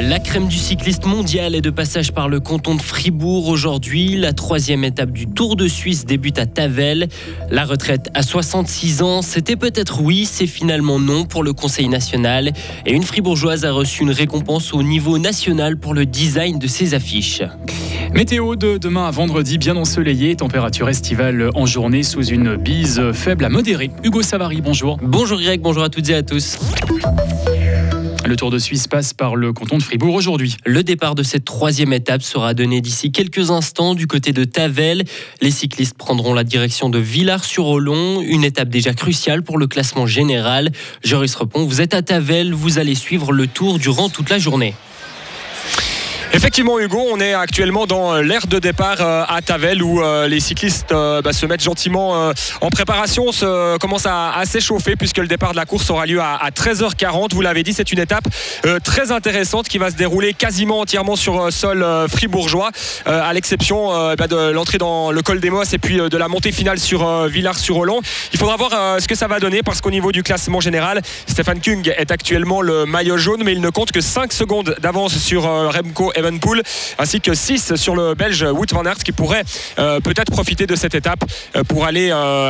La crème du cycliste mondial est de passage par le canton de Fribourg aujourd'hui. La 3e étape du Tour de Suisse débute à Tavel. La retraite à 66 ans, c'était peut-être oui, c'est finalement non pour le Conseil national. Et une fribourgeoise a reçu une récompense au niveau national pour le design de ses affiches. Météo de demain à vendredi, bien ensoleillé, température estivale en journée sous une bise faible à modérée. Hugo Savary, bonjour. Bonjour Greg, bonjour à toutes et à tous. Le Tour de Suisse passe par le canton de Fribourg aujourd'hui. Le départ de cette 3e étape sera donné d'ici quelques instants du côté de Tavel. Les cyclistes prendront la direction de Villars-sur-Olon, une étape déjà cruciale pour le classement général. Joris Repon, vous êtes à Tavel, vous allez suivre le Tour durant toute la journée. Effectivement Hugo, on est actuellement dans l'aire de départ à Tavel où les cyclistes se mettent gentiment en préparation, commencent à s'échauffer puisque le départ de la course aura lieu à 13h40. Vous l'avez dit, c'est une étape très intéressante qui va se dérouler quasiment entièrement sur sol fribourgeois, à l'exception de l'entrée dans le col des Mosses et puis de la montée finale sur Villars-sur-Olon. Il faudra voir ce que ça va donner parce qu'au niveau du classement général, Stefan Kung est actuellement le maillot jaune, mais il ne compte que 5 secondes d'avance sur Remco Evenepoel ainsi que 6 sur le Belge Wout van Aert qui pourrait peut-être profiter de cette étape pour aller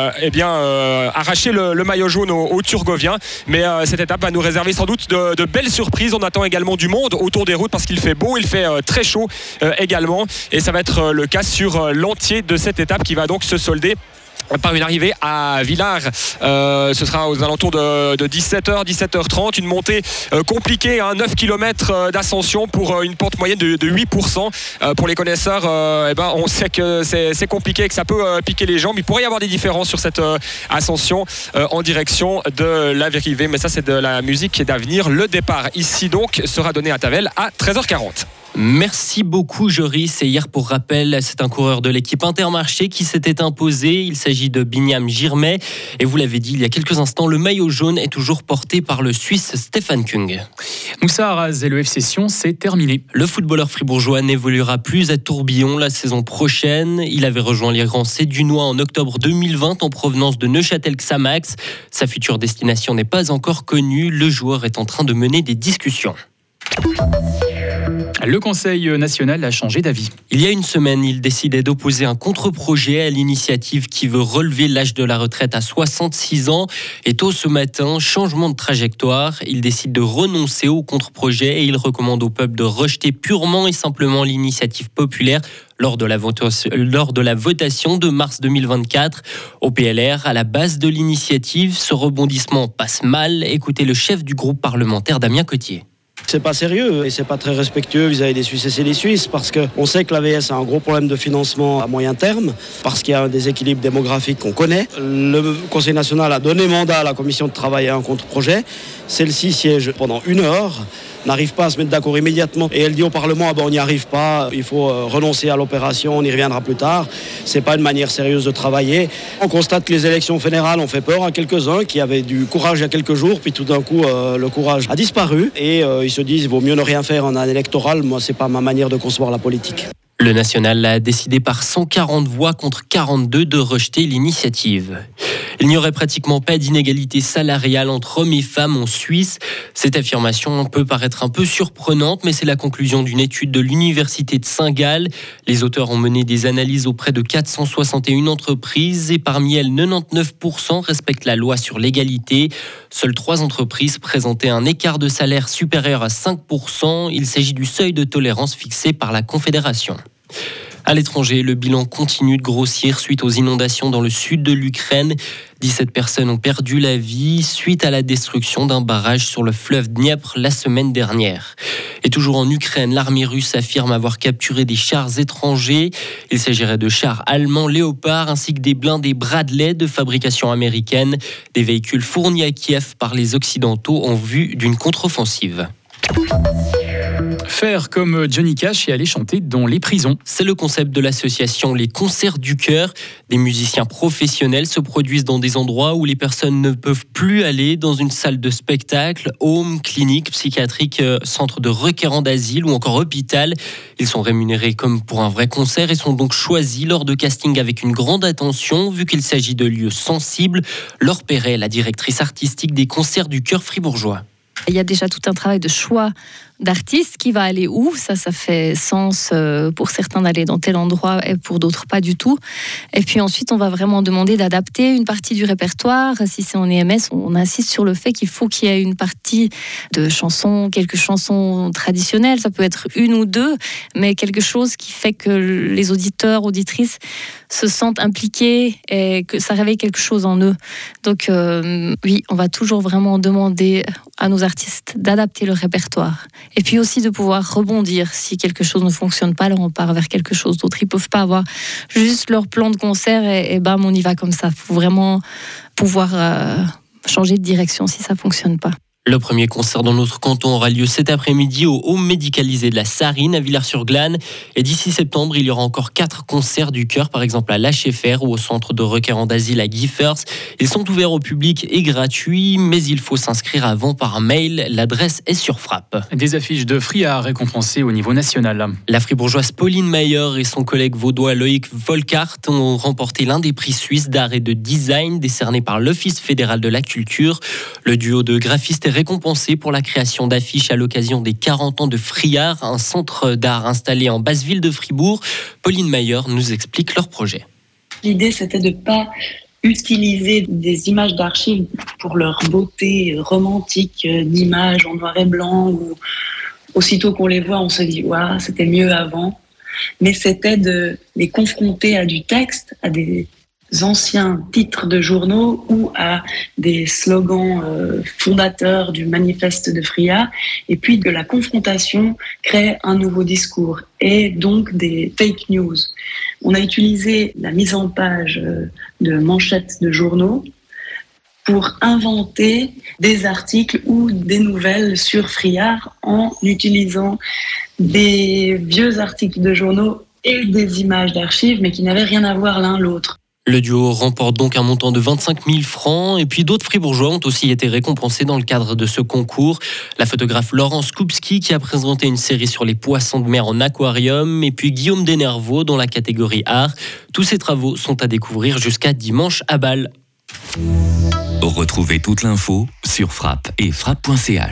arracher le maillot jaune aux Turgoviens. Mais cette étape va nous réserver sans doute de belles surprises. On attend également du monde autour des routes parce qu'il fait beau, il fait très chaud également, et ça va être le cas sur l'entier de cette étape qui va donc se solder par une arrivée à Villars. Ce sera aux alentours de 17h, 17h30. Une montée compliquée, 9 km d'ascension pour une pente moyenne de 8%. Pour les connaisseurs, on sait que c'est compliqué, que ça peut piquer les jambes. Il pourrait y avoir des différences sur cette ascension en direction de l'arrivée. Mais ça, c'est de la musique d'avenir. Le départ ici donc sera donné à Tavel à 13h40. Merci beaucoup Joris. Et hier, pour rappel, c'est un coureur de l'équipe Intermarché qui s'était imposé. Il s'agit de Binyam Girmay. Et vous l'avez dit il y a quelques instants, le maillot jaune est toujours porté par le Suisse Stefan Kung. Moussa Arraz et le FC Sion, c'est terminé. Le footballeur fribourgeois n'évoluera plus à Tourbillon la saison prochaine. Il avait rejoint l'Iran Sédunois en octobre 2020 en provenance de Neuchâtel-Xamax. Sa future destination n'est pas encore connue. Le joueur est en train de mener des discussions. Le Conseil national a changé d'avis. Il y a une semaine, il décidait d'opposer un contre-projet à l'initiative qui veut relever l'âge de la retraite à 66 ans. Et tôt ce matin, changement de trajectoire. Il décide de renoncer au contre-projet et il recommande au peuple de rejeter purement et simplement l'initiative populaire lors de la votation de mars 2024. Au PLR, à la base de l'initiative, ce rebondissement passe mal. Écoutez le chef du groupe parlementaire, Damien Cotier. C'est pas sérieux et c'est pas très respectueux vis-à-vis des Suisses et des Suisses parce qu'on sait que l'AVS a un gros problème de financement à moyen terme parce qu'il y a un déséquilibre démographique qu'on connaît. Le Conseil national a donné mandat à la commission de travailler un contre-projet. Celle-ci siège pendant 1 heure, n'arrive pas à se mettre d'accord immédiatement et elle dit au Parlement on n'y arrive pas, il faut renoncer à l'opération, on y reviendra plus tard. C'est pas une manière sérieuse de travailler. On constate que les élections fédérales ont fait peur à quelques-uns qui avaient du courage il y a quelques jours, puis tout d'un coup le courage a disparu et ils se disent il vaut mieux ne rien faire en année électorale. Moi c'est pas ma manière de concevoir la politique. Le national a décidé par 140 voix contre 42 de rejeter l'initiative. Il n'y aurait pratiquement pas d'inégalité salariale entre hommes et femmes en Suisse. Cette affirmation peut paraître un peu surprenante, mais c'est la conclusion d'une étude de l'Université de Saint-Gall. Les auteurs ont mené des analyses auprès de 461 entreprises et parmi elles, 99% respectent la loi sur l'égalité. Seules 3 entreprises présentaient un écart de salaire supérieur à 5%. Il s'agit du seuil de tolérance fixé par la Confédération. À l'étranger, le bilan continue de grossir suite aux inondations dans le sud de l'Ukraine. 17 personnes ont perdu la vie suite à la destruction d'un barrage sur le fleuve Dniepr la semaine dernière. Et toujours en Ukraine, l'armée russe affirme avoir capturé des chars étrangers. Il s'agirait de chars allemands Léopard ainsi que des blindés Bradley de fabrication américaine. Des véhicules fournis à Kiev par les Occidentaux en vue d'une contre-offensive. Faire comme Johnny Cash et aller chanter dans les prisons. C'est le concept de l'association Les Concerts du Cœur. Des musiciens professionnels se produisent dans des endroits où les personnes ne peuvent plus aller, dans une salle de spectacle, home, clinique, psychiatrique, centre de requérants d'asile ou encore hôpital. Ils sont rémunérés comme pour un vrai concert et sont donc choisis lors de casting avec une grande attention, vu qu'il s'agit de lieux sensibles. Laure Perret, la directrice artistique des Concerts du Cœur fribourgeois. Il y a déjà tout un travail de choix d'artistes, qui va aller où. Ça fait sens pour certains d'aller dans tel endroit et pour d'autres pas du tout. Et puis ensuite, on va vraiment demander d'adapter une partie du répertoire. Si c'est en EMS, on insiste sur le fait qu'il faut qu'il y ait une partie de chansons, quelques chansons traditionnelles. Ça peut être une ou deux, mais quelque chose qui fait que les auditeurs, auditrices se sentent impliqués et que ça réveille quelque chose en eux. Donc oui, on va toujours vraiment demander à nos artistes d'adapter le répertoire. Et puis aussi de pouvoir rebondir. Si quelque chose ne fonctionne pas, alors on part vers quelque chose d'autre. Ils ne peuvent pas avoir juste leur plan de concert et bam, on y va comme ça. Il faut vraiment pouvoir changer de direction si ça ne fonctionne pas. Le premier concert dans notre canton aura lieu cet après-midi au home médicalisé de la Sarine à Villars-sur-Glâne. Et d'ici septembre, il y aura encore 4 concerts du chœur, par exemple à l'HFR ou au centre de requérants d'asile à Giffers. Ils sont ouverts au public et gratuits, mais il faut s'inscrire avant par mail. L'adresse est sur Frappe. Des affiches de Friard récompensées au niveau national. La fribourgeoise Pauline Mayer et son collègue vaudois Loïc Volkart ont remporté l'un des prix suisses d'art et de design décernés par l'Office fédéral de la culture. Le duo de graphistes est récompensé pour la création d'affiches à l'occasion des 40 ans de Friard, un centre d'art installé en basse ville de Fribourg. Pauline Mayer nous explique leur projet. L'idée, c'était de ne pas utiliser des images d'archives pour leur beauté romantique d'images en noir et blanc où aussitôt qu'on les voit, on se dit « Waouh, c'était mieux avant ». Mais c'était de les confronter à du texte, à des anciens titres de journaux ou à des slogans fondateurs du manifeste de Friard, et puis que la confrontation crée un nouveau discours et donc des fake news. On a utilisé la mise en page de manchettes de journaux pour inventer des articles ou des nouvelles sur Friard en utilisant des vieux articles de journaux et des images d'archives, mais qui n'avaient rien à voir l'un l'autre. Le duo remporte donc un montant de 25 000 francs et puis d'autres fribourgeois ont aussi été récompensés dans le cadre de ce concours. La photographe Laurence Koupski qui a présenté une série sur les poissons de mer en aquarium et puis Guillaume Denervaux dans la catégorie art. Tous ces travaux sont à découvrir jusqu'à dimanche à Bâle. Retrouvez toute l'info sur frappe et frappe.ch.